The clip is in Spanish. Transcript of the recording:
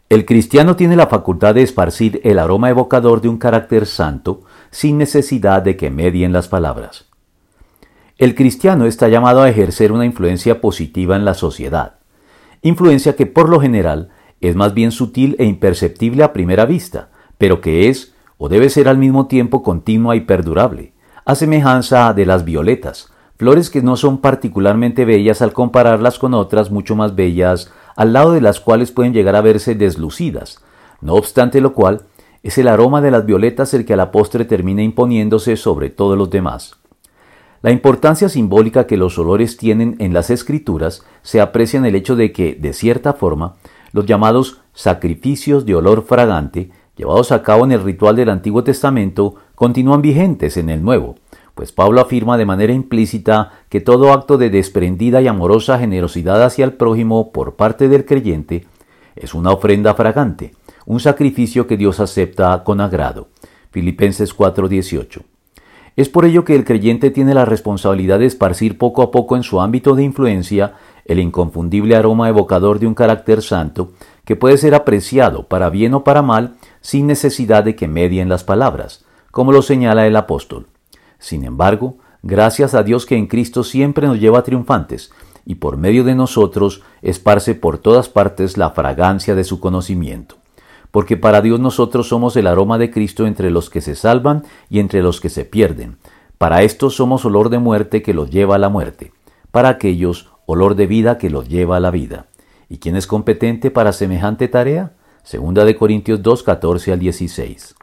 El cristiano tiene la facultad de esparcir el aroma evocador de un carácter santo sin necesidad de que medien las palabras. El cristiano está llamado a ejercer una influencia positiva en la sociedad, influencia que por lo general es más bien sutil e imperceptible a primera vista, pero que es o debe ser al mismo tiempo continua y perdurable, a semejanza de las violetas, flores que no son particularmente bellas al compararlas con otras mucho más bellas, al lado de las cuales pueden llegar a verse deslucidas, no obstante lo cual, es el aroma de las violetas el que a la postre termina imponiéndose sobre todos los demás. La importancia simbólica que los olores tienen en las Escrituras se aprecia en el hecho de que, de cierta forma, los llamados sacrificios de olor fragante, llevados a cabo en el ritual del Antiguo Testamento, continúan vigentes en el Nuevo, pues Pablo afirma de manera implícita que todo acto de desprendida y amorosa generosidad hacia el prójimo por parte del creyente es una ofrenda fragante, un sacrificio que Dios acepta con agrado. Filipenses 4:18. Es por ello que el creyente tiene la responsabilidad de esparcir poco a poco en su ámbito de influencia el inconfundible aroma evocador de un carácter santo que puede ser apreciado para bien o para mal sin necesidad de que medien las palabras, como lo señala el apóstol. Sin embargo, gracias a Dios que en Cristo siempre nos lleva triunfantes y por medio de nosotros esparce por todas partes la fragancia de su conocimiento. Porque para Dios nosotros somos el aroma de Cristo entre los que se salvan y entre los que se pierden. Para estos somos olor de muerte que los lleva a la muerte. Para aquellos, olor de vida que los lleva a la vida. ¿Y quién es competente para semejante tarea? 2 Corintios 2, 14 al 16.